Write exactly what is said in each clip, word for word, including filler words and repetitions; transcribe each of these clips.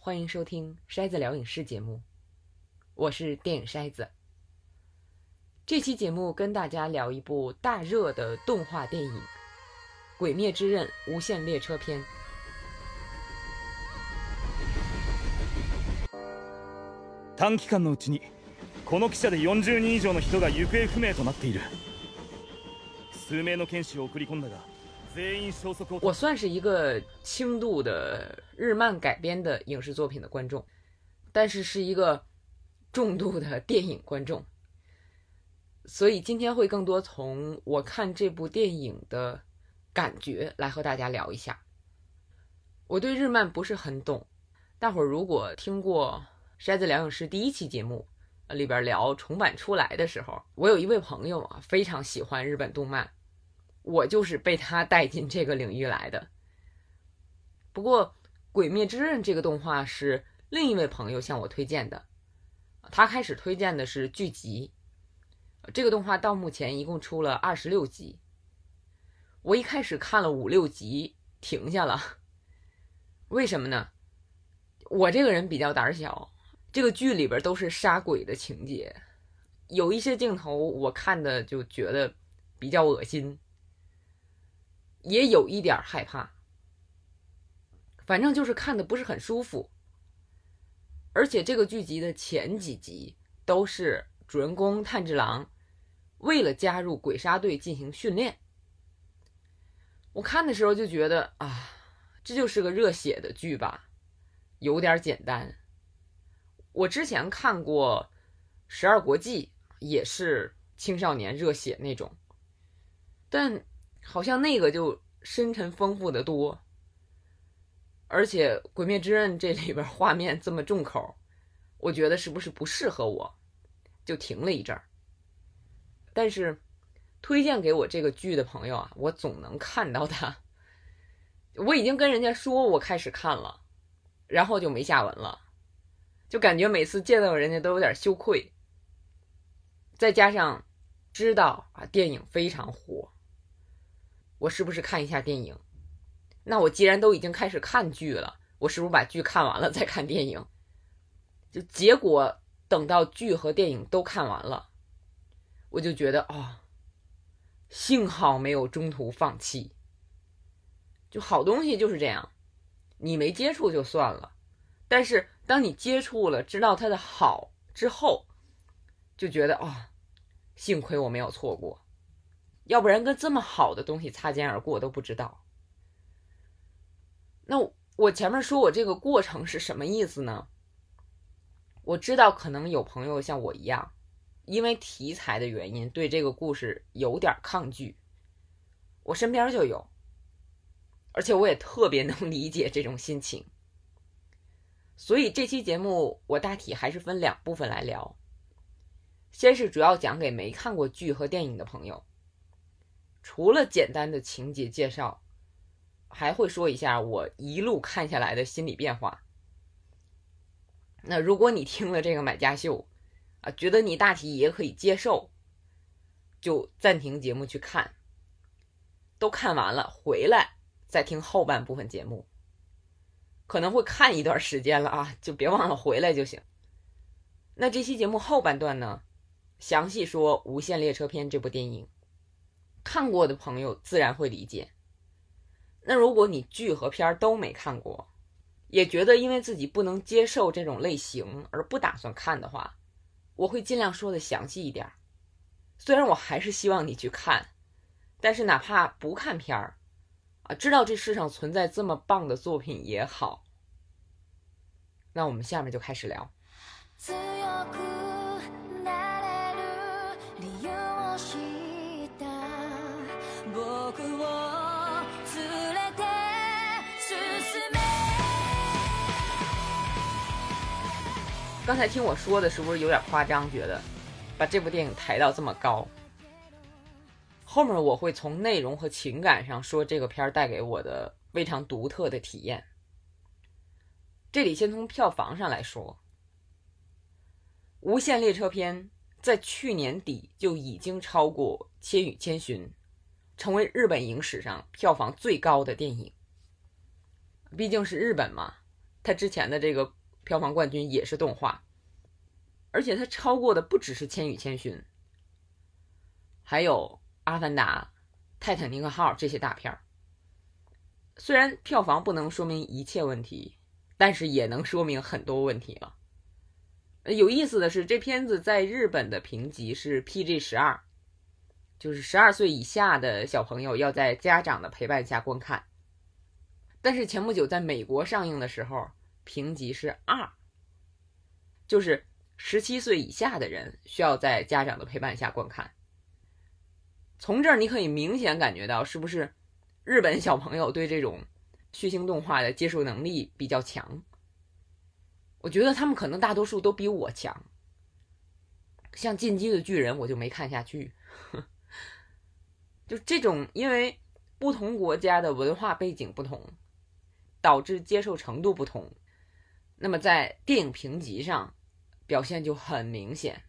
欢迎收听筛子聊影视节目，我是电影筛子。这期节目跟大家聊一部大热的动画电影《鬼灭之刃：无限列车篇》。 短期間のうちにこの汽車でよんじゅうにん以上の人が行方不明となっている。数名の剣士を送り込んだが全員消息を。 我算是一个轻度的日漫改编的影视作品的观众，但是是一个重度的电影观众，所以今天会更多从我看这部电影的感觉来和大家聊一下。我对日漫不是很懂，大伙儿如果听过筛子聊影视第一期节目里边聊重版出来的时候，我有一位朋友啊，非常喜欢日本动漫，我就是被他带进这个领域来的。不过《鬼灭之刃》这个动画是另一位朋友向我推荐的，他开始推荐的是剧集。这个动画到目前一共出了二十六集，我一开始看了五六集停下了。为什么呢？我这个人比较胆小，这个剧里边都是杀鬼的情节，有一些镜头我看的就觉得比较恶心，也有一点害怕，反正就是看的不是很舒服。而且这个剧集的前几集都是主人公炭治郎为了加入鬼杀队进行训练，我看的时候就觉得啊，这就是个热血的剧吧，有点简单。我之前看过十二国记，也是青少年热血那种，但好像那个就深沉丰富的多。而且鬼灭之刃这里边画面这么重口，我觉得是不是不适合我，就停了一阵儿。但是推荐给我这个剧的朋友啊，我总能看到他，我已经跟人家说我开始看了，然后就没下文了，就感觉每次见到人家都有点羞愧。再加上知道啊电影非常火，我是不是看一下电影？那我既然都已经开始看剧了，我是不是把剧看完了再看电影？就结果等到剧和电影都看完了，我就觉得哦，幸好没有中途放弃。就好东西就是这样，你没接触就算了，但是当你接触了，知道它的好之后，就觉得哦，幸亏我没有错过，要不然跟这么好的东西擦肩而过都不知道。那我前面说我这个过程是什么意思呢？我知道可能有朋友像我一样，因为题材的原因对这个故事有点抗拒，我身边就有，而且我也特别能理解这种心情。所以这期节目我大体还是分两部分来聊。先是主要讲给没看过剧和电影的朋友，除了简单的情节介绍，还会说一下我一路看下来的心理变化。那如果你听了这个买家秀啊，觉得你大体也可以接受，就暂停节目去看，都看完了回来再听后半部分节目，可能会看一段时间了啊，就别忘了回来就行。那这期节目后半段呢，详细说《无限列车篇》这部电影，看过的朋友自然会理解。那如果你剧和片都没看过，也觉得因为自己不能接受这种类型而不打算看的话，我会尽量说的详细一点。虽然我还是希望你去看，但是哪怕不看片儿啊，知道这世上存在这么棒的作品也好。那我们下面就开始聊。刚才听我说的是不是有点夸张，觉得把这部电影抬到这么高？后面我会从内容和情感上说这个片带给我的非常独特的体验。这里先从票房上来说，《无限列车篇》在去年底就已经超过《千与千寻》，成为日本影史上票房最高的电影。毕竟是日本嘛，它之前的这个票房冠军也是动画，而且它超过的不只是《千与千寻》，还有《阿凡达》、《泰坦尼克号》这些大片。虽然票房不能说明一切问题，但是也能说明很多问题了。有意思的是，这片子在日本的评级是 P G 十二， 就是十二岁以下的小朋友要在家长的陪伴下观看。但是前不久在美国上映的时候，评级是二，就是十七岁以下的人需要在家长的陪伴下观看。从这儿你可以明显感觉到，是不是日本小朋友对这种血腥动画的接受能力比较强？我觉得他们可能大多数都比我强。像《进击的巨人》我就没看下去。就这种因为不同国家的文化背景不同，导致接受程度不同，那么在电影评级上表现就很明显。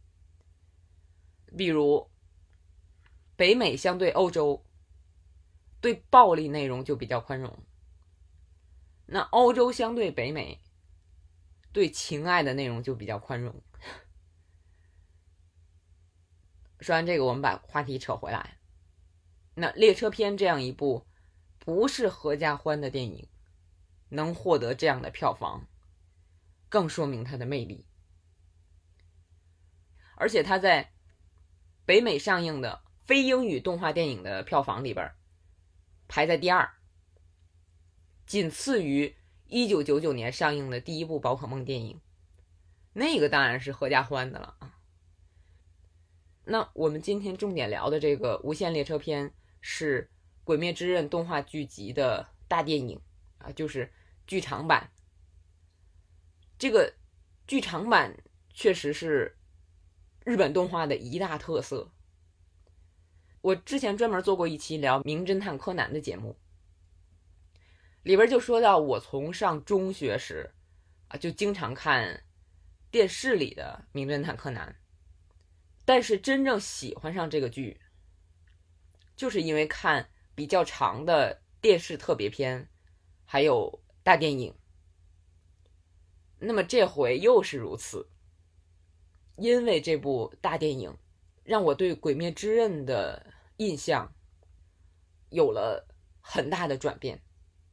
比如北美相对欧洲对暴力内容就比较宽容，那欧洲相对北美对情爱的内容就比较宽容。说完这个，我们把话题扯回来。那列车篇这样一部不是合家欢的电影能获得这样的票房，更说明它的魅力。而且它在北美上映的非英语动画电影的票房里边排在第二，仅次于一九九九年上映的第一部宝可梦电影，那个当然是合家欢的了啊。那我们今天重点聊的这个无限列车篇是鬼灭之刃动画剧集的大电影啊，就是剧场版。这个剧场版确实是日本动画的一大特色。我之前专门做过一期聊名侦探柯南的节目，里边就说到我从上中学时啊就经常看电视里的名侦探柯南，但是真正喜欢上这个剧就是因为看比较长的电视特别篇还有大电影。那么这回又是如此，因为这部大电影让我对鬼灭之刃的印象有了很大的转变。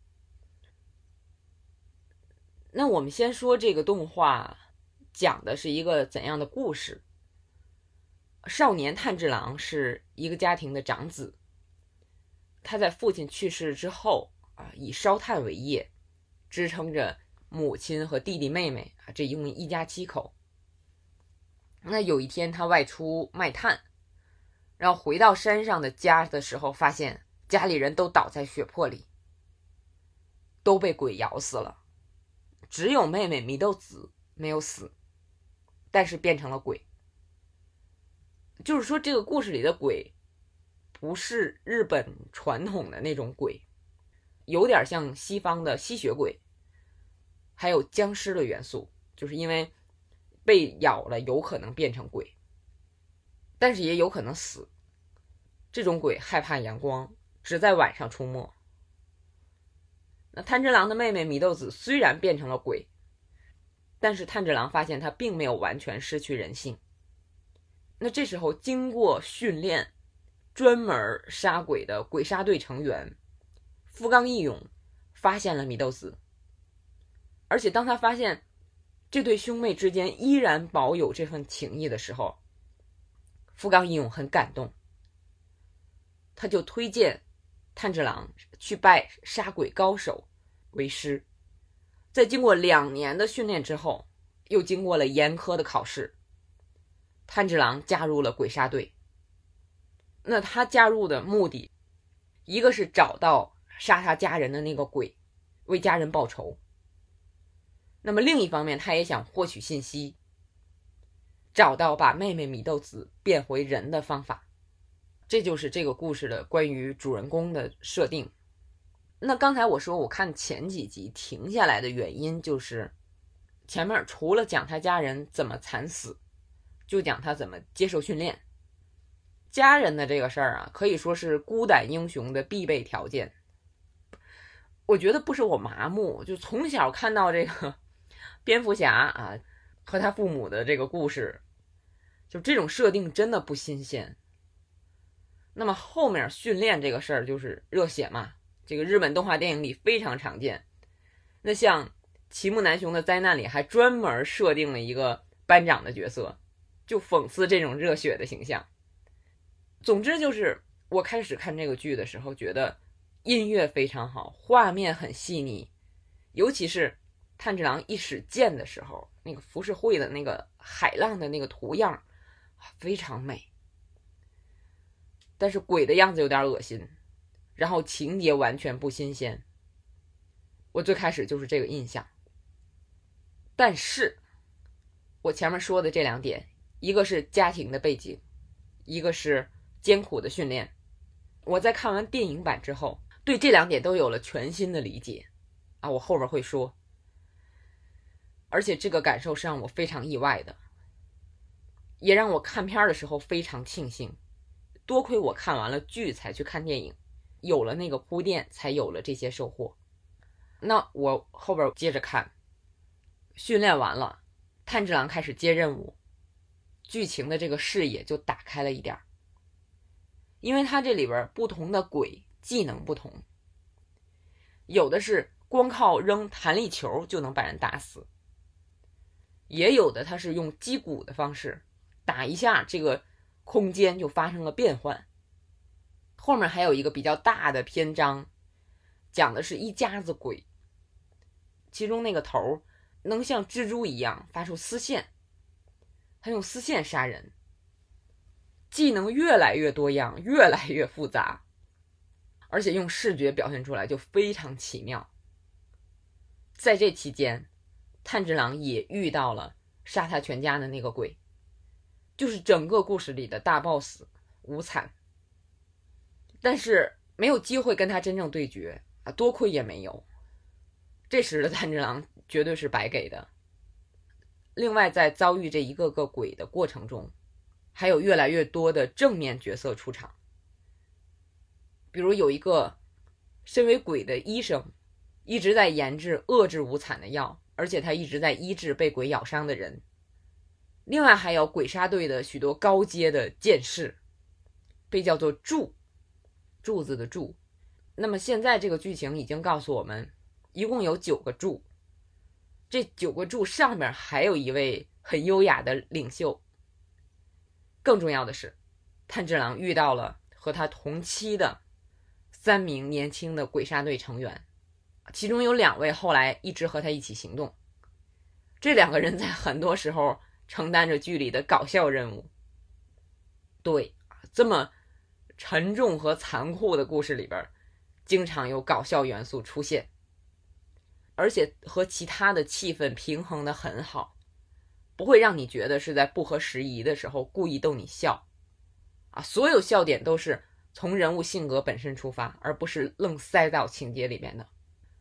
那我们先说这个动画讲的是一个怎样的故事。少年炭治郎是一个家庭的长子，他在父亲去世之后啊，以烧炭为业，支撑着母亲和弟弟妹妹啊，这一共一家七口。那有一天他外出卖炭，然后回到山上的家的时候，发现家里人都倒在血泊里，都被鬼咬死了，只有妹妹祢豆子没有死，但是变成了鬼。就是说这个故事里的鬼不是日本传统的那种鬼，有点像西方的吸血鬼，还有僵尸的元素，就是因为被咬了有可能变成鬼，但是也有可能死。这种鬼害怕阳光，只在晚上出没。那炭治郎的妹妹祢豆子虽然变成了鬼，但是炭治郎发现他并没有完全失去人性。那这时候经过训练专门杀鬼的鬼杀队成员富冈义勇发现了祢豆子，而且当他发现这对兄妹之间依然保有这份情谊的时候，富冈义勇很感动，他就推荐炭治郎去拜杀鬼高手为师。在经过两年的训练之后，又经过了严苛的考试，炭治郎加入了鬼杀队。那他加入的目的，一个是找到杀他家人的那个鬼，为家人报仇。那么另一方面，他也想获取信息，找到把妹妹祢豆子变回人的方法。这就是这个故事的关于主人公的设定。那刚才我说我看前几集停下来的原因，就是前面除了讲他家人怎么惨死，就讲他怎么接受训练。家人的这个事儿啊，可以说是孤胆英雄的必备条件。我觉得不是我麻木，就从小看到这个蝙蝠侠啊和他父母的这个故事，就这种设定真的不新鲜。那么后面训练这个事儿就是热血嘛，这个日本动画电影里非常常见。那像齐木楠雄的灾难里还专门设定了一个班长的角色，就讽刺这种热血的形象。总之就是我开始看这个剧的时候觉得音乐非常好，画面很细腻，尤其是炭治郎一使剑的时候，那个浮世绘的那个海浪的那个图样非常美。但是鬼的样子有点恶心，然后情节完全不新鲜，我最开始就是这个印象。但是我前面说的这两点，一个是家庭的背景，一个是艰苦的训练，我在看完电影版之后对这两点都有了全新的理解啊，我后边会说。而且这个感受是让我非常意外的，也让我看片的时候非常庆幸，多亏我看完了剧才去看电影，有了那个铺垫，才有了这些收获。那我后边接着看，训练完了，炭治郎开始接任务，剧情的这个视野就打开了一点。因为他这里边不同的鬼技能不同，有的是光靠扔弹力球就能把人打死，也有的他是用击鼓的方式打一下，这个空间就发生了变换。后面还有一个比较大的篇章，讲的是一家子鬼，其中那个头能像蜘蛛一样发出丝线，他用丝线杀人，技能越来越多样，越来越复杂，而且用视觉表现出来就非常奇妙。在这期间，炭治郎也遇到了杀他全家的那个鬼，就是整个故事里的大 boss 无惨，但是没有机会跟他真正对决啊，多亏也没有。这时的炭治郎绝对是白给的。另外在遭遇这一个个鬼的过程中，还有越来越多的正面角色出场，比如有一个身为鬼的医生，一直在研制遏制无惨的药，而且他一直在医治被鬼咬伤的人。另外还有鬼杀队的许多高阶的剑士，被叫做柱，柱子的柱。那么现在这个剧情已经告诉我们，一共有九个柱，这九个柱上面还有一位很优雅的领袖。更重要的是，炭治郎遇到了和他同期的三名年轻的鬼杀队成员，其中有两位后来一直和他一起行动。这两个人在很多时候承担着剧里的搞笑任务。对，这么沉重和残酷的故事里边，经常有搞笑元素出现，而且和其他的气氛平衡得很好，不会让你觉得是在不合时宜的时候故意逗你笑啊！所有笑点都是从人物性格本身出发，而不是愣塞到情节里面的。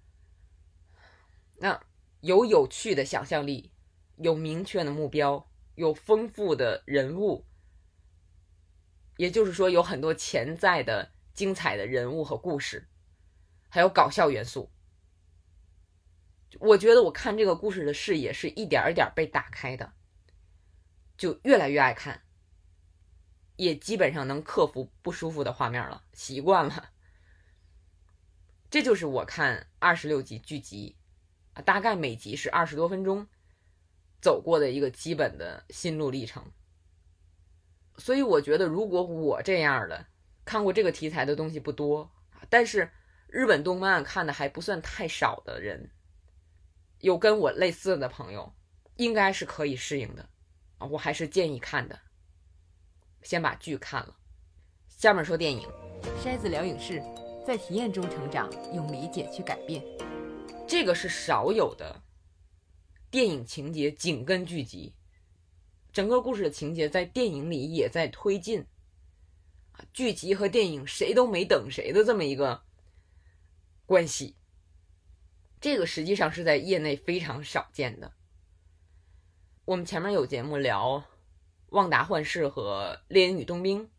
那有有趣的想象力，有明确的目标，有丰富的人物，也就是说有很多潜在的精彩的人物和故事，还有搞笑元素。我觉得我看这个故事的视野是一点一点被打开的，就越来越爱看，也基本上能克服不舒服的画面了，习惯了。这就是我看二十六集剧集，大概每集是二十多分钟，走过的一个基本的心路历程。所以我觉得如果我这样的看过这个题材的东西不多，但是日本动漫看的还不算太少的人，有跟我类似的朋友，应该是可以适应的啊，我还是建议看的。先把剧看了，下面说电影。筛子聊影视，在体验中成长，用理解去改变。这个是少有的电影情节紧跟剧集，整个故事的情节在电影里也在推进，剧集和电影谁都没等谁的这么一个关系。这个实际上是在业内非常少见的。我们前面有节目聊《旺达幻视》和《猎鹰与冬兵》，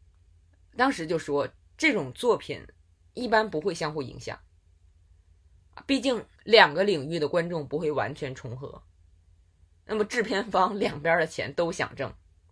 当时就说这种作品一般不会相互影响毕竟两个领域的观众不会完全重合，那么制片方两边的钱都想挣。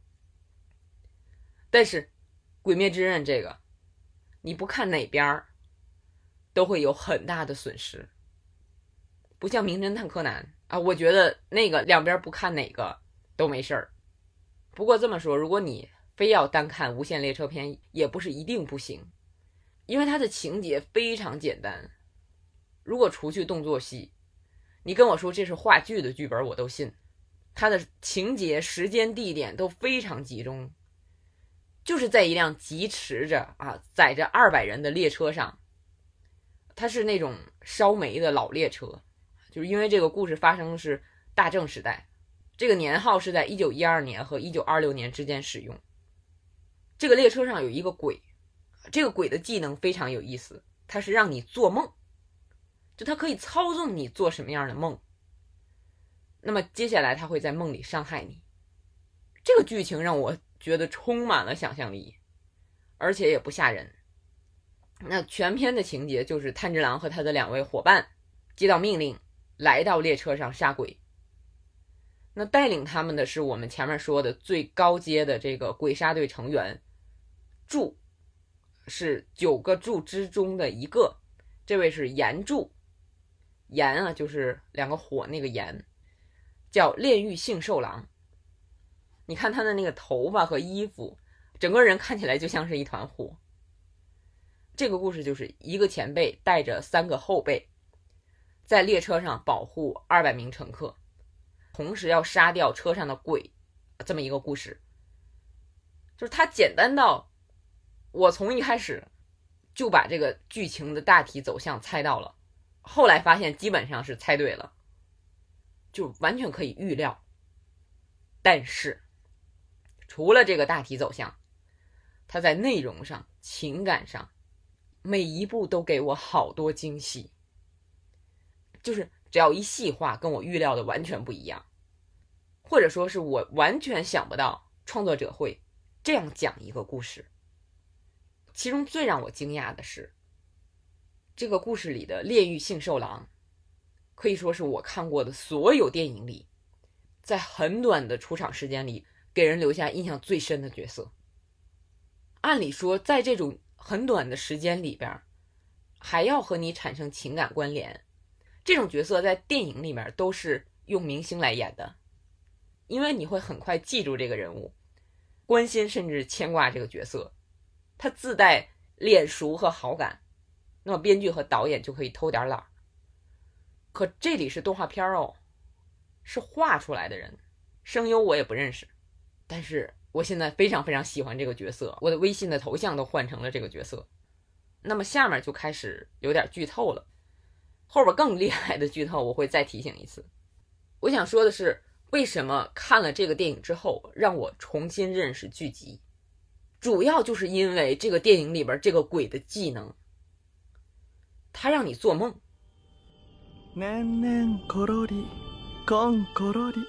但是《鬼灭之刃》这个，你不看哪边都会有很大的损失，不像《名侦探柯南》啊，我觉得那个两边不看哪个都没事儿。不过这么说，如果你非要单看《无限列车篇》，也不是一定不行，因为它的情节非常简单。如果除去动作戏，你跟我说这是话剧的剧本，我都信。它的情节、时间、地点都非常集中，就是在一辆疾驰着啊载着二百人的列车上。它是那种烧煤的老列车，就是因为这个故事发生的是大正时代，这个年号是在一九一二年和一九二六年之间使用。这个列车上有一个鬼，这个鬼的技能非常有意思，它是让你做梦，就它可以操纵你做什么样的梦，那么接下来它会在梦里伤害你。这个剧情让我觉得充满了想象力，而且也不吓人。那全篇的情节就是炭治郎和他的两位伙伴接到命令来到列车上杀鬼，那带领他们的是我们前面说的最高阶的这个鬼杀队成员柱，是九个柱之中的一个，这位是岩柱，岩啊就是两个火那个岩，叫炼狱杏寿郎。你看他的那个头发和衣服，整个人看起来就像是一团火。这个故事就是一个前辈带着三个后辈在列车上保护二百名乘客，同时要杀掉车上的鬼，这么一个故事。就是它简单到我从一开始就把这个剧情的大体走向猜到了，后来发现基本上是猜对了，就完全可以预料。但是除了这个大体走向，它在内容上、情感上每一步都给我好多惊喜，就是只要一细化跟我预料的完全不一样，或者说是我完全想不到创作者会这样讲一个故事。其中最让我惊讶的是，这个故事里的炼狱杏寿郎可以说是我看过的所有电影里，在很短的出场时间里给人留下印象最深的角色。按理说在这种很短的时间里边还要和你产生情感关联，这种角色在电影里面都是用明星来演的，因为你会很快记住这个人物，关心甚至牵挂这个角色，他自带脸熟和好感，那么编剧和导演就可以偷点懒。可这里是动画片哦，是画出来的人，声优我也不认识，但是我现在非常非常喜欢这个角色，我的微信的头像都换成了这个角色。那么下面就开始有点剧透了，后边更厉害的剧透我会再提醒一次。我想说的是，为什么看了这个电影之后让我重新认识剧集，主要就是因为这个电影里边这个鬼的技能，他让你做梦。 年々ころりこんころり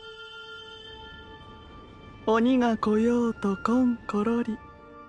鬼が来ようとこんころり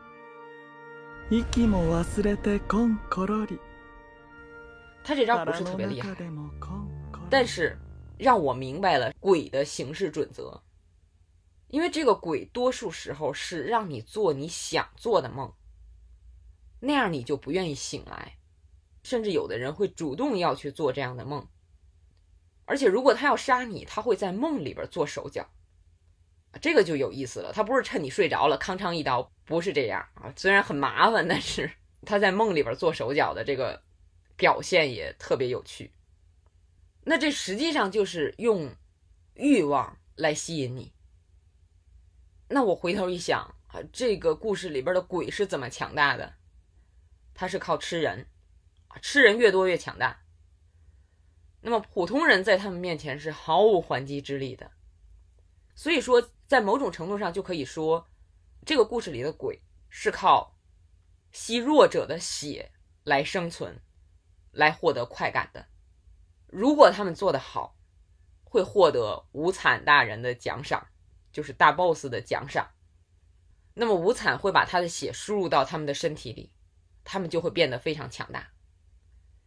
息も忘れてこんころり。 他这招不是特别厉害，但是让我明白了鬼的行事准则。因为这个鬼多数时候是让你做你想做的梦，那样你就不愿意醒来，甚至有的人会主动要去做这样的梦。而且如果他要杀你，他会在梦里边做手脚，这个就有意思了。他不是趁你睡着了康昌一刀，不是这样啊。虽然很麻烦，但是他在梦里边做手脚的这个表现也特别有趣。那这实际上就是用欲望来吸引你。那我回头一想啊，这个故事里边的鬼是怎么强大的？他是靠吃人，吃人越多越强大。那么普通人在他们面前是毫无还击之力的。所以说在某种程度上就可以说，这个故事里的鬼是靠吸弱者的血来生存，来获得快感的。如果他们做得好，会获得无惨大人的奖赏，就是大 boss 的奖赏。那么无惨会把他的血输入到他们的身体里，他们就会变得非常强大。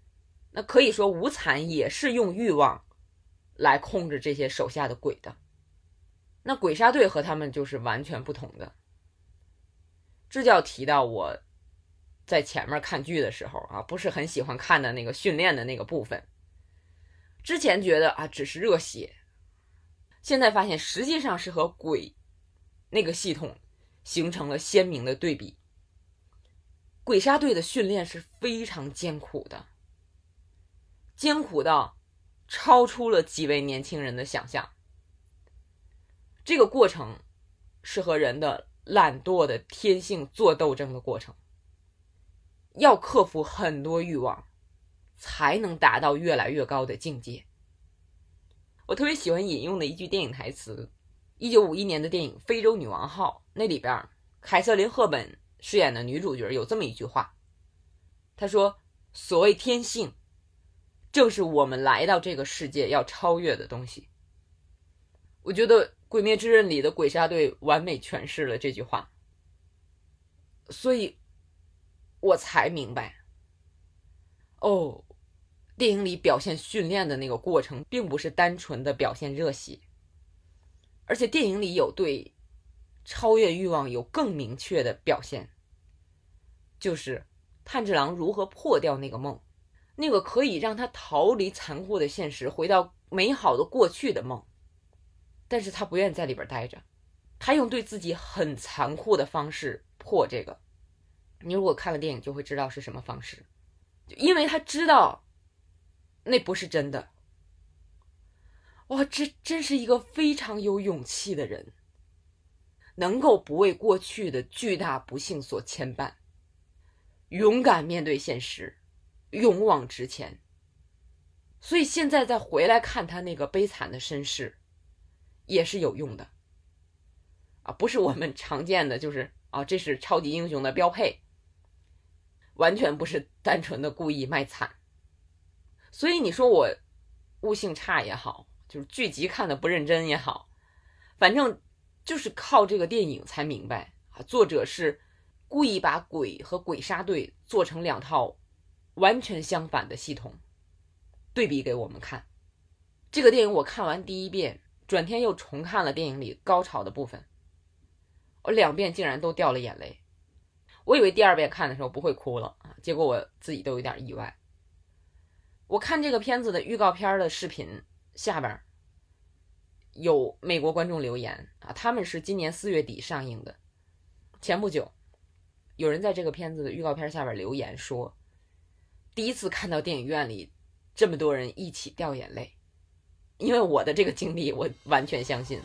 那可以说无惨也是用欲望来控制这些手下的鬼的。那鬼杀队和他们就是完全不同的。这就要提到我在前面看剧的时候啊，不是很喜欢看的那个训练的那个部分。之前觉得啊只是热血，现在发现实际上是和鬼那个系统形成了鲜明的对比。鬼杀队的训练是非常艰苦的，艰苦到超出了几位年轻人的想象。这个过程是和人的懒惰的天性做斗争的过程，要克服很多欲望才能达到越来越高的境界。我特别喜欢引用的一句电影台词，一九五一年的电影《非洲女王号》，那里边凯瑟琳·赫本饰演的女主角有这么一句话，她说，所谓天性正是我们来到这个世界要超越的东西。我觉得《鬼灭之刃》里的鬼杀队完美诠释了这句话，所以我才明白，哦，电影里表现训练的那个过程并不是单纯的表现热血，而且电影里有对超越欲望有更明确的表现，就是炭治郎如何破掉那个梦，那个可以让他逃离残酷的现实，回到美好的过去的梦。但是他不愿意在里边待着，他用对自己很残酷的方式破这个。你如果看了电影就会知道是什么方式，因为他知道那不是真的。哇，这真是一个非常有勇气的人，能够不为过去的巨大不幸所牵绊，勇敢面对现实，勇往直前。所以现在再回来看他那个悲惨的身世也是有用的啊，不是我们常见的就是啊，这是超级英雄的标配，完全不是单纯的故意卖惨。所以你说我悟性差也好，就是剧集看的不认真也好，反正就是靠这个电影才明白啊，作者是故意把鬼和鬼杀队做成两套完全相反的系统，对比给我们看。这个电影我看完第一遍，转天又重看了电影里高潮的部分，我两遍竟然都掉了眼泪。我以为第二遍看的时候不会哭了，结果我自己都有点意外。我看这个片子的预告片的视频下边有美国观众留言啊，他们是今年四月底上映的。前不久有人在这个片子的预告片下边留言说，第一次看到电影院里这么多人一起掉眼泪。因为我的这个经历我完全相信。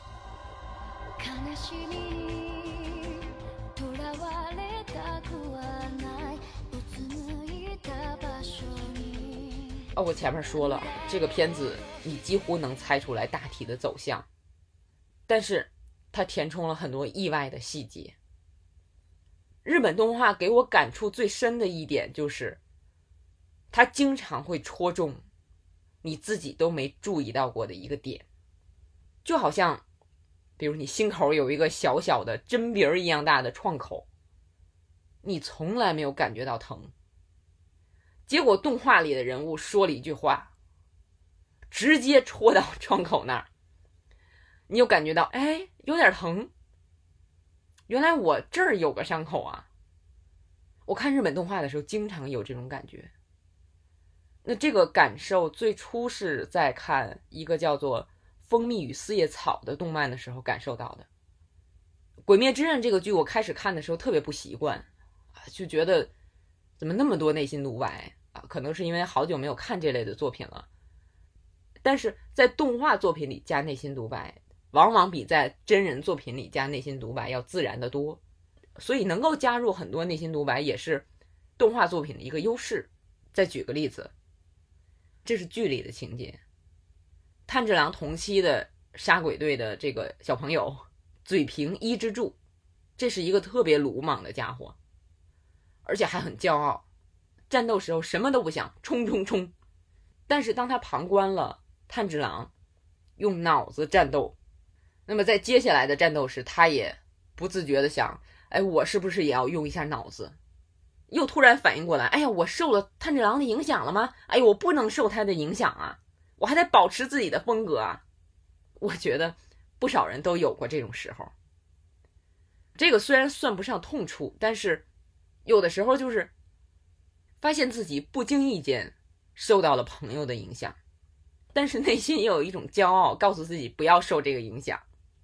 哦，我前面说了，这个片子你几乎能猜出来大体的走向，但是它填充了很多意外的细节。日本动画给我感触最深的一点就是，它经常会戳中你自己都没注意到过的一个点，就好像比如你心口有一个小小的针鼻一样大的创口，你从来没有感觉到疼，结果动画里的人物说了一句话，直接戳到创口那儿，你就感觉到哎有点疼，原来我这儿有个伤口啊。我看日本动画的时候经常有这种感觉。那这个感受最初是在看一个叫做《蜂蜜与四叶草》的动漫的时候感受到的。《鬼灭之刃》这个剧我开始看的时候特别不习惯，就觉得怎么那么多内心独白啊？可能是因为好久没有看这类的作品了。但是在动画作品里加内心独白，往往比在真人作品里加内心独白要自然的多，所以能够加入很多内心独白也是动画作品的一个优势。再举个例子，这是剧里的情节，炭治郎同期的杀鬼队的这个小朋友嘴平伊之助，这是一个特别鲁莽的家伙，而且还很骄傲，战斗时候什么都不想，冲冲冲。但是当他旁观了炭治郎用脑子战斗，那么在接下来的战斗时，他也不自觉的想，哎，我是不是也要用一下脑子？ 又突然反应过来，哎呀，我受了炭治郎的影响了吗？哎呀，我不能受他的影响啊，我还得保持自己的风格啊。我觉得不少人都有过这种时候。这个虽然算不上痛处，但是有的时候就是发现自己不经意间受到了朋友的影响，但是内心也有一种骄傲，告诉自己不要受这个影响。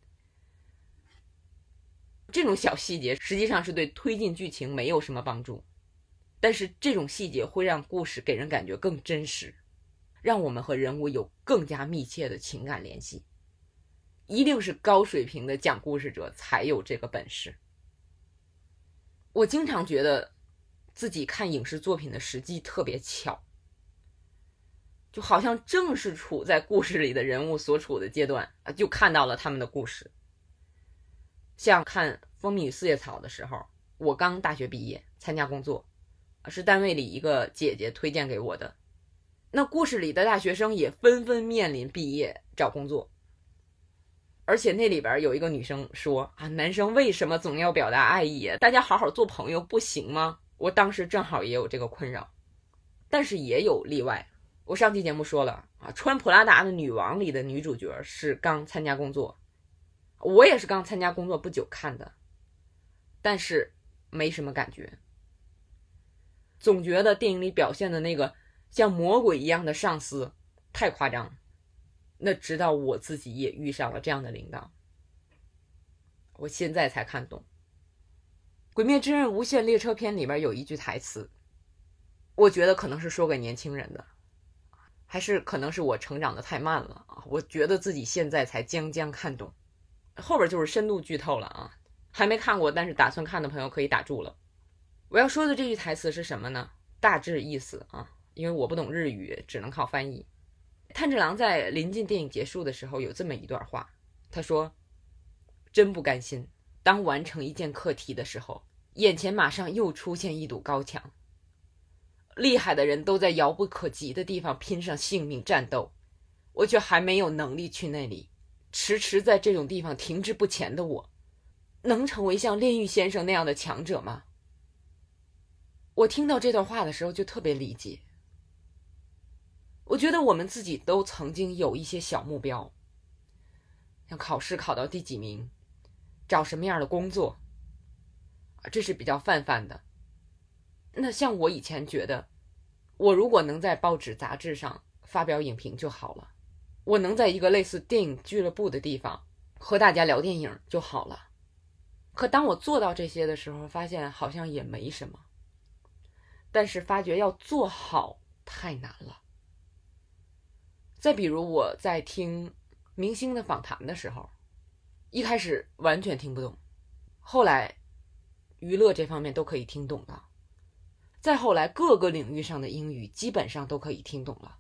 这种小细节实际上是对推进剧情没有什么帮助，但是这种细节会让故事给人感觉更真实，让我们和人物有更加密切的情感联系。一定是高水平的讲故事者才有这个本事。我经常觉得自己看影视作品的时机特别巧，就好像正是处在故事里的人物所处的阶段，就看到了他们的故事。像看《蜂蜜与四叶草》的时候，我刚大学毕业参加工作，是单位里一个姐姐推荐给我的。那故事里的大学生也纷纷面临毕业找工作，而且那里边有一个女生说啊，男生为什么总要表达爱意啊？大家好好做朋友不行吗？我当时正好也有这个困扰，但是也有例外。我上期节目说了啊，穿普拉达的女王里的女主角是刚参加工作，我也是刚参加工作不久看的，但是没什么感觉。总觉得电影里表现的那个像魔鬼一样的上司太夸张。那直到我自己也遇上了这样的领导，我现在才看懂。《鬼灭之刃无限列车篇》里边有一句台词，我觉得可能是说给年轻人的，还是可能是我成长的太慢了啊！我觉得自己现在才将将看懂，后边就是深度剧透了啊！还没看过但是打算看的朋友可以打住了。我要说的这句台词是什么呢？大致意思啊，因为我不懂日语，只能靠翻译。炭治郎在临近电影结束的时候有这么一段话，他说：真不甘心，当完成一件课题的时候，眼前马上又出现一堵高墙，厉害的人都在遥不可及的地方拼上性命战斗，我却还没有能力去那里，迟迟在这种地方停滞不前的我，能成为像炼狱先生那样的强者吗？我听到这段话的时候就特别理解。我觉得我们自己都曾经有一些小目标，像考试考到第几名，找什么样的工作，这是比较泛泛的。那像我以前觉得，我如果能在报纸杂志上发表影评就好了，我能在一个类似电影俱乐部的地方和大家聊电影就好了。可当我做到这些的时候，发现好像也没什么，但是发觉要做好太难了。再比如我在听明星的访谈的时候，一开始完全听不懂，后来娱乐这方面都可以听懂了，再后来各个领域上的英语基本上都可以听懂了。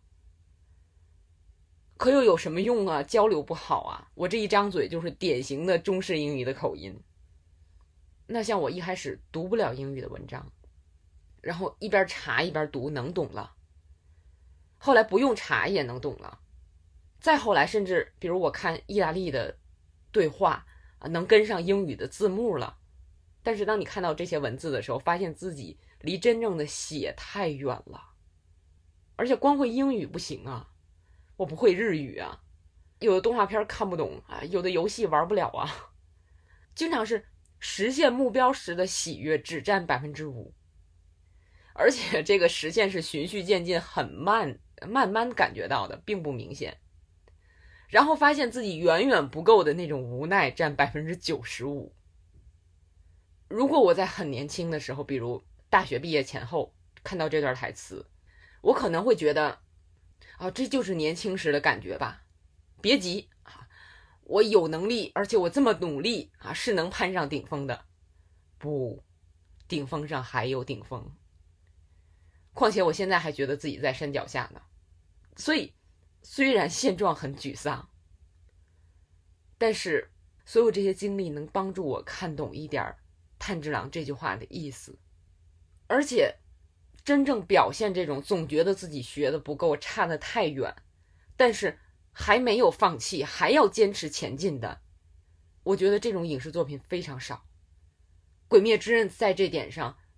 可又有什么用啊？交流不好啊！我这一张嘴就是典型的中式英语的口音。那像我一开始读不了英语的文章，然后一边查一边读，能懂了。后来不用查也能懂了，再后来甚至比如我看意大利的对话啊，能跟上英语的字幕了。但是当你看到这些文字的时候，发现自己离真正的写太远了，而且光会英语不行啊，我不会日语啊，有的动画片看不懂啊，有的游戏玩不了啊，经常是实现目标时的喜悦只占百分之五，而且这个实现是循序渐进，很慢，慢慢感觉到的，并不明显。然后发现自己远远不够的那种无奈占百分之九十五。如果我在很年轻的时候，比如大学毕业前后看到这段台词，我可能会觉得啊，这就是年轻时的感觉吧，别急啊，我有能力，而且我这么努力啊，是能攀上顶峰的。不，顶峰上还有顶峰。况且我现在还觉得自己在山脚下呢，所以虽然现状很沮丧，但是所有这些经历能帮助我看懂一点炭治郎这句话的意思，而且真正表现这种总觉得自己学的不够，差得太远，但是还没有放弃，还要坚持前进的，我觉得这种影视作品非常少。鬼灭之刃在这点上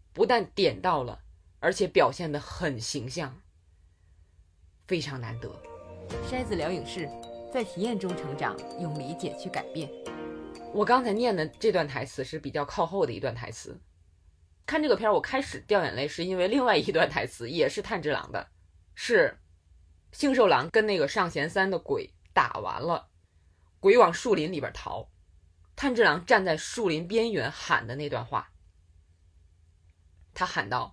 不但点到了，而且表现得很形象，非常难得。筛子聊影视，在体验中成长，用理解去改变。我刚才念的这段台词是比较靠后的一段台词。看这个片儿，我开始掉眼泪是因为另外一段台词也是炭治郎的，是杏寿郎跟那个上弦三的鬼打完了，鬼往树林里边逃，炭治郎站在树林边缘喊的那段话。他喊道，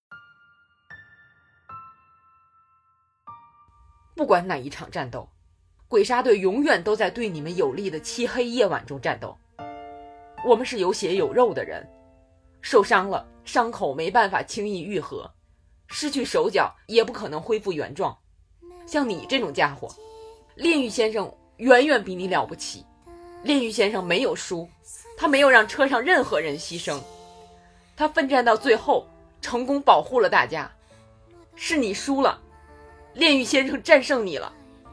不管哪一场战斗，鬼杀队永远都在对你们有利的漆黑夜晚中战斗。我们是有血有肉的人，受伤了，伤口没办法轻易愈合，失去手脚也不可能恢复原状。像你这种家伙，炼狱先生远远比你了不起。炼狱先生没有输，他没有让车上任何人牺牲，他奋战到最后，成功保护了大家。是你输了，炼狱先生战胜你了。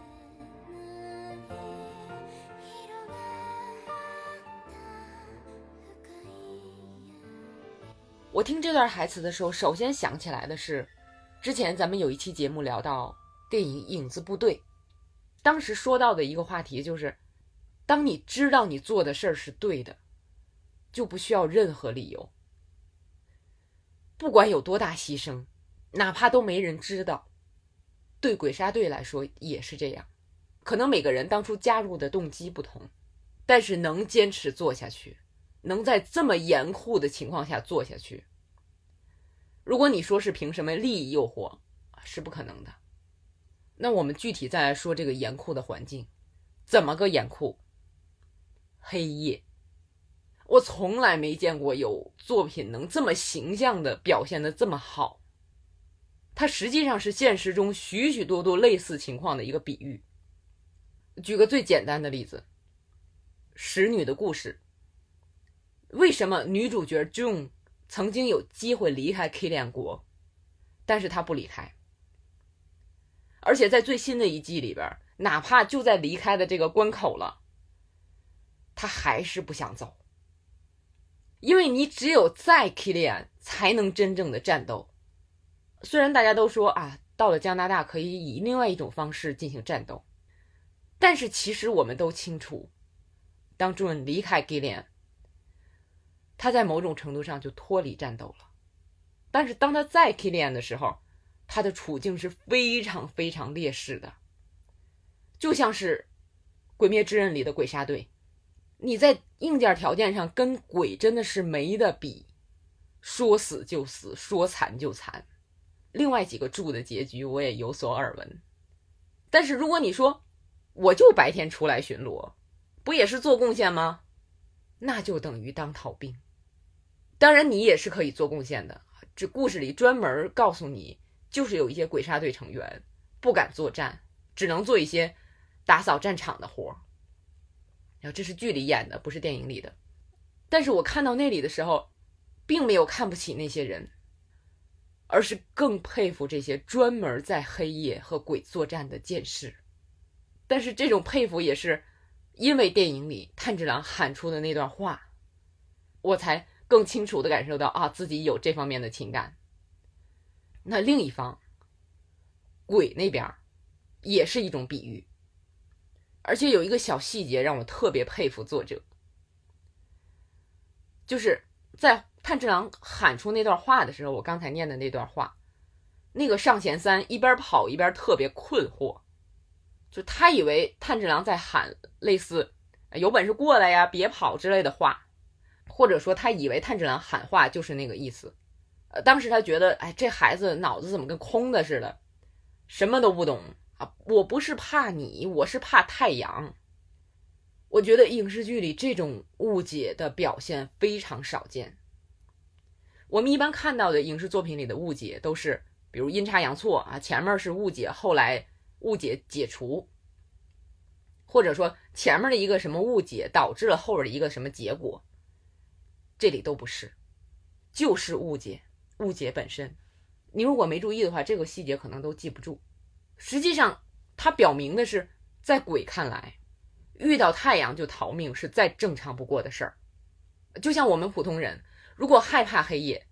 我听这段台词的时候，首先想起来的是之前咱们有一期节目聊到电影《影子部队》，当时说到的一个话题就是，当你知道你做的事儿是对的，就不需要任何理由，不管有多大牺牲，哪怕都没人知道。对鬼杀队来说也是这样，可能每个人当初加入的动机不同，但是能坚持做下去，能在这么严酷的情况下做下去，如果你说是凭什么利益诱惑，是不可能的。那我们具体再来说这个严酷的环境，怎么个严酷？黑夜，我从来没见过有作品能这么形象的表现得这么好。它实际上是现实中许许多多类似情况的一个比喻。举个最简单的例子，使女的故事。为什么女主角 June 曾经有机会离开 Killian 国，但是她不离开？而且在最新的一季里边，哪怕就在离开的这个关口了，她还是不想走。因为你只有在 Killian 才能真正的战斗。虽然大家都说啊，到了加拿大可以以另外一种方式进行战斗，但是其实我们都清楚，当 June 离开 Killian，他在某种程度上就脱离战斗了。但是当他在 Killian 的时候，他的处境是非常非常劣势的，就像是鬼灭之刃里的鬼杀队，你在硬件条件上跟鬼真的是没得比，说死就死，说残就残。另外几个柱的结局我也有所耳闻，但是如果你说我就白天出来巡逻，不也是做贡献吗？那就等于当逃兵。当然你也是可以做贡献的，这故事里专门告诉你，就是有一些鬼杀队成员不敢作战，只能做一些打扫战场的活。然后这是剧里演的，不是电影里的。但是我看到那里的时候，并没有看不起那些人，而是更佩服这些专门在黑夜和鬼作战的剑士。但是这种佩服也是因为电影里炭治郎喊出的那段话，我才更清楚地感受到啊，自己有这方面的情感。那另一方，鬼那边也是一种比喻，而且有一个小细节让我特别佩服作者，就是在炭治郎喊出那段话的时候，我刚才念的那段话，那个上弦三一边跑一边特别困惑，就他以为炭治郎在喊类似有本事过来呀，别跑之类的话，或者说他以为炭治郎喊话就是那个意思。呃，当时他觉得，哎，这孩子脑子怎么跟空的似的，什么都不懂啊！我不是怕你，我是怕太阳。我觉得影视剧里这种误解的表现非常少见。我们一般看到的影视作品里的误解都是，比如阴差阳错啊，前面是误解，后来误解解除，或者说前面的一个什么误解导致了后边的一个什么结果。这里都不是，就是误解，误解本身。你如果没注意的话，这个细节可能都记不住。实际上它表明的是，在鬼看来，遇到太阳就逃命是再正常不过的事儿。就像我们普通人如果害怕黑夜，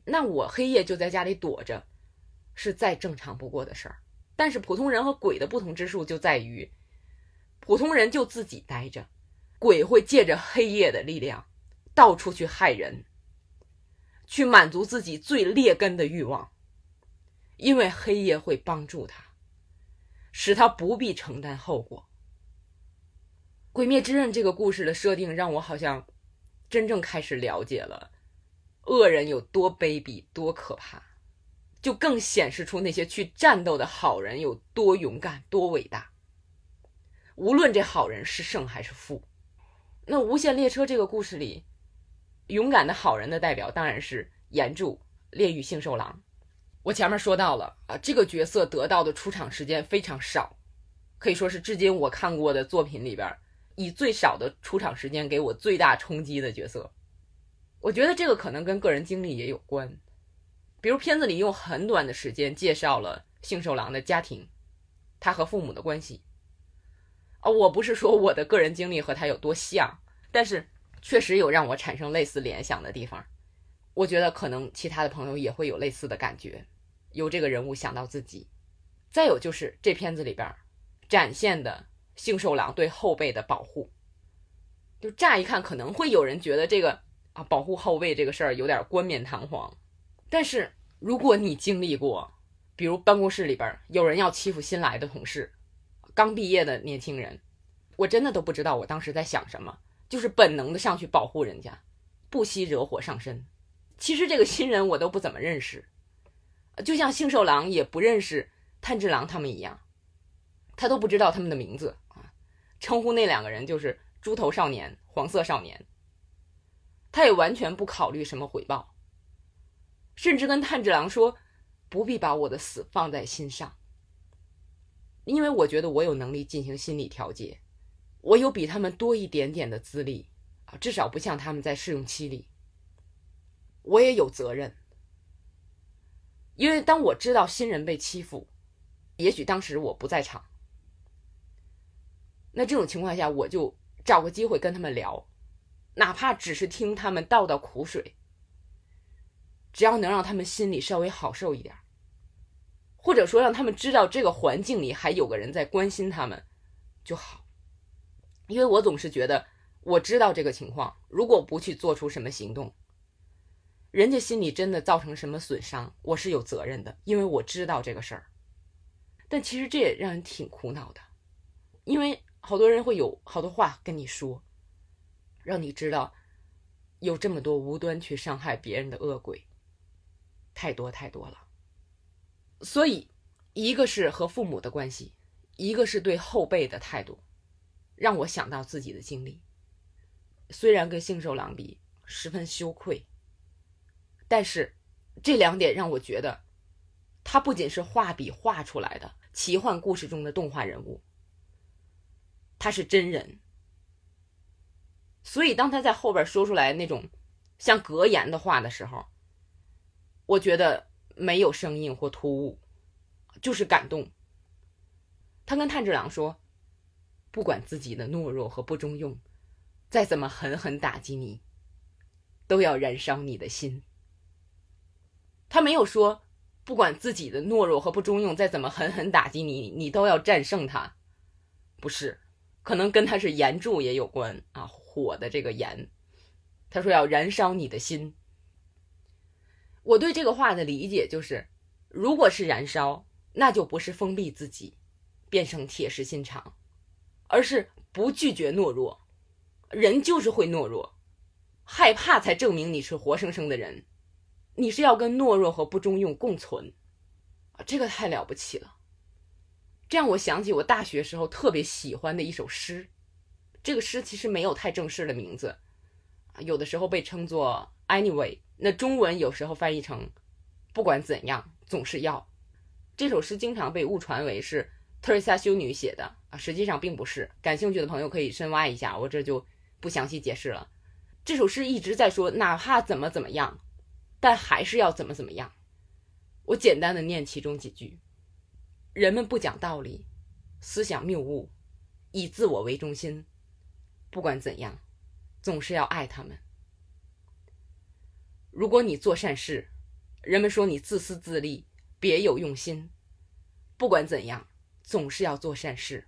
那我黑夜就在家里躲着，是再正常不过的事儿。但是普通人和鬼的不同之处就在于，普通人就自己待着，鬼会借着黑夜的力量到处去害人，去满足自己最劣根的欲望，因为黑夜会帮助他，使他不必承担后果。鬼灭之刃这个故事的设定让我好像真正开始了解了恶人有多卑鄙多可怕，就更显示出那些去战斗的好人有多勇敢多伟大，无论这好人是胜还是负。那无限列车这个故事里，勇敢的好人的代表当然是岩柱烈狱杏寿郎。我前面说到了啊，这个角色得到的出场时间非常少，可以说是至今我看过的作品里边以最少的出场时间给我最大冲击的角色。我觉得这个可能跟个人经历也有关，比如片子里用很短的时间介绍了杏寿郎的家庭，他和父母的关系。啊，我不是说我的个人经历和他有多像，但是确实有让我产生类似联想的地方。我觉得可能其他的朋友也会有类似的感觉，由这个人物想到自己。再有就是这片子里边展现的杏寿郎对后辈的保护，就乍一看可能会有人觉得这个啊保护后辈这个事儿有点冠冕堂皇，但是如果你经历过，比如办公室里边有人要欺负新来的同事，刚毕业的年轻人，我真的都不知道我当时在想什么，就是本能的上去保护人家，不惜惹火上身。其实这个新人我都不怎么认识，就像杏寿郎也不认识炭治郎他们一样，他都不知道他们的名字啊，称呼那两个人就是猪头少年、黄色少年。他也完全不考虑什么回报，甚至跟炭治郎说不必把我的死放在心上，因为我觉得我有能力进行心理调节，我有比他们多一点点的资历啊，至少不像他们在试用期里。我也有责任，因为当我知道新人被欺负，也许当时我不在场，那这种情况下我就找个机会跟他们聊，哪怕只是听他们倒倒苦水，只要能让他们心里稍微好受一点，或者说让他们知道这个环境里还有个人在关心他们就好。因为我总是觉得我知道这个情况，如果不去做出什么行动，人家心里真的造成什么损伤，我是有责任的，因为我知道这个事儿。但其实这也让人挺苦恼的，因为好多人会有好多话跟你说，让你知道有这么多无端去伤害别人的恶鬼，太多太多了。所以一个是和父母的关系，一个是对后辈的态度，让我想到自己的经历。虽然跟杏寿郎比十分羞愧，但是这两点让我觉得他不仅是画笔画出来的奇幻故事中的动画人物，他是真人。所以当他在后边说出来那种像格言的话的时候，我觉得没有生硬或突兀，就是感动。他跟炭治郎说，不管自己的懦弱和不中用再怎么狠狠打击你，都要燃烧你的心。他没有说不管自己的懦弱和不中用再怎么狠狠打击你，你都要战胜他。不是，可能跟他是岩柱也有关啊，火的这个岩。他说要燃烧你的心。我对这个话的理解就是，如果是燃烧，那就不是封闭自己变成铁石心肠，而是不拒绝懦弱。人就是会懦弱，害怕才证明你是活生生的人，你是要跟懦弱和不中用共存，这个太了不起了。这样我想起我大学时候特别喜欢的一首诗，这个诗其实没有太正式的名字，有的时候被称作 anyway， 那中文有时候翻译成不管怎样总是要。这首诗经常被误传为是特蕾莎修女写的啊，实际上并不是，感兴趣的朋友可以深挖一下，我这就不详细解释了。这首诗一直在说哪怕怎么怎么样，但还是要怎么怎么样。我简单的念其中几句：人们不讲道理，思想谬误，以自我为中心，不管怎样总是要爱他们。如果你做善事， 人们说你自私自利，别有用心，不管怎样，总是要做善事。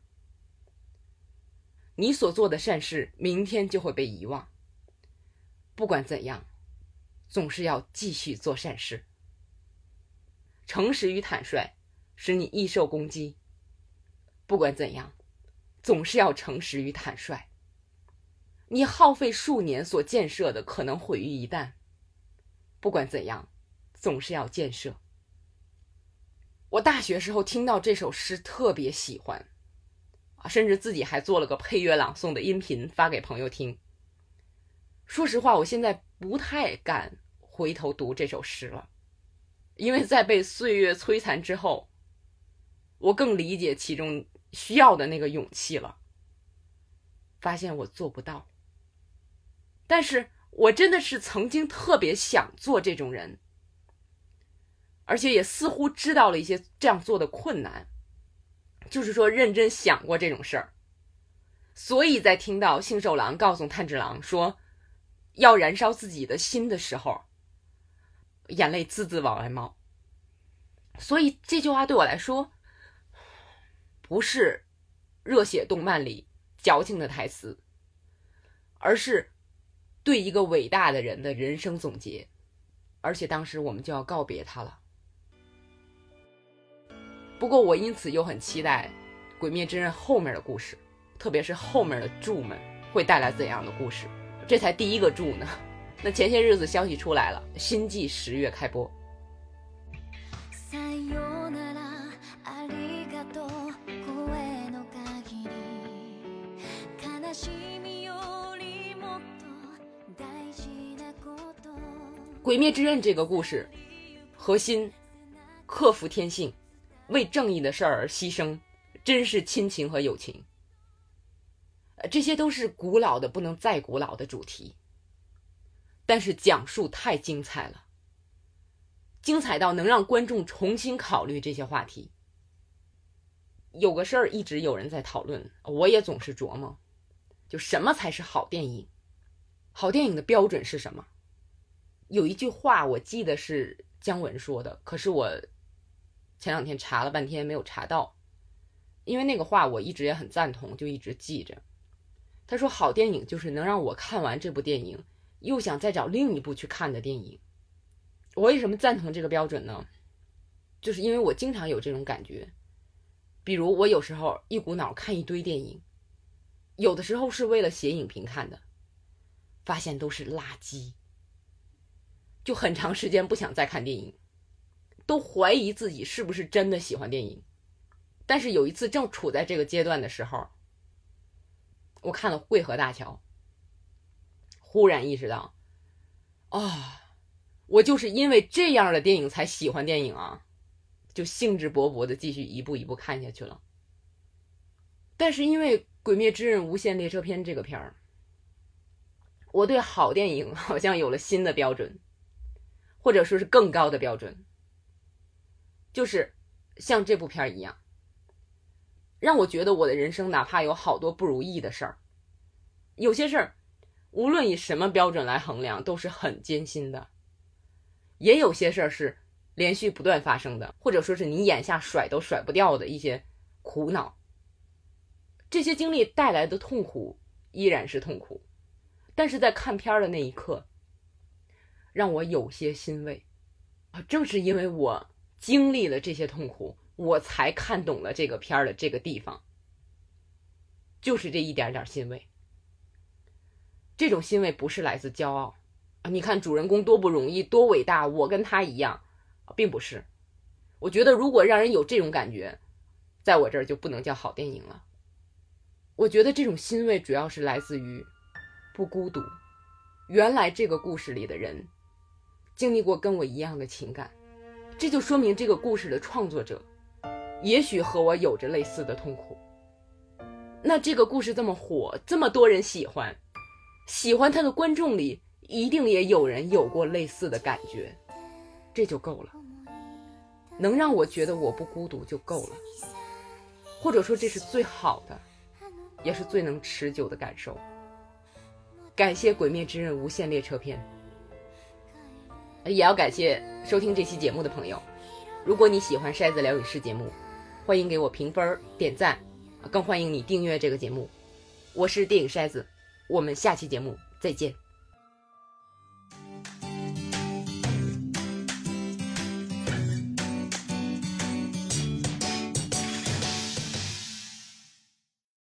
你所做的善事，明天就会被遗忘。不管怎样，总是要继续做善事。诚实与坦率，使你易受攻击。不管怎样，总是要诚实与坦率。你耗费数年所建设的，可能毁于一旦。不管怎样，总是要建设。我大学时候听到这首诗特别喜欢，甚至自己还做了个配乐朗诵的音频发给朋友听。说实话，我现在不太敢回头读这首诗了，因为在被岁月摧残之后，我更理解其中需要的那个勇气了。发现我做不到，但是我真的是曾经特别想做这种人，而且也似乎知道了一些这样做的困难，就是说认真想过这种事儿。所以在听到幸寿郎告诉炭治郎说要燃烧自己的心的时候，眼泪滋滋往外冒。所以这句话对我来说，不是热血动漫里矫情的台词，而是对一个伟大的人的人生总结。而且当时我们就要告别他了。不过我因此又很期待《鬼灭之刃》后面的故事，特别是后面的柱们会带来怎样的故事。这才第一个柱呢。那前些日子消息出来了，新季十月开播。鬼灭之刃这个故事核心克服天性，为正义的事儿而牺牲，真是亲情和友情。这些都是古老的不能再古老的主题，但是讲述太精彩了，精彩到能让观众重新考虑这些话题。有个事儿一直有人在讨论，我也总是琢磨，就什么才是好电影？好电影的标准是什么？有一句话我记得是姜文说的，可是我前两天查了半天没有查到，因为那个话我一直也很赞同，就一直记着。他说好电影就是能让我看完这部电影又想再找另一部去看的电影。我为什么赞同这个标准呢？就是因为我经常有这种感觉，比如我有时候一股脑看一堆电影，有的时候是为了写影评看的，发现都是垃圾，就很长时间不想再看电影，都怀疑自己是不是真的喜欢电影。但是有一次正处在这个阶段的时候，我看了《汇合大桥》，忽然意识到，啊，我就是因为这样的电影才喜欢电影啊，就兴致勃勃的继续一步一步看下去了。但是因为《鬼灭之刃无限列车篇》这个片儿，我对好电影好像有了新的标准，或者说是更高的标准，就是像这部片一样，让我觉得我的人生哪怕有好多不如意的事儿，有些事儿无论以什么标准来衡量都是很艰辛的，也有些事儿是连续不断发生的，或者说是你眼下甩都甩不掉的一些苦恼。这些经历带来的痛苦依然是痛苦，但是在看片的那一刻让我有些欣慰。正是因为我经历了这些痛苦，我才看懂了这个片的这个地方，就是这一点点欣慰。这种欣慰不是来自骄傲啊，你看主人公多不容易多伟大，我跟他一样，并不是。我觉得如果让人有这种感觉，在我这儿就不能叫好电影了。我觉得这种欣慰主要是来自于不孤独，原来这个故事里的人经历过跟我一样的情感，这就说明这个故事的创作者也许和我有着类似的痛苦。那这个故事这么火，这么多人喜欢，喜欢他的观众里一定也有人有过类似的感觉，这就够了，能让我觉得我不孤独就够了，或者说这是最好的，也是最能持久的感受。感谢《鬼灭之刃无限列车篇》， 也要感谢收听这期节目的朋友。如果你喜欢筛子聊影视节目，欢迎给我评分点赞，更欢迎你订阅这个节目。我是电影筛子，我们下期节目再见。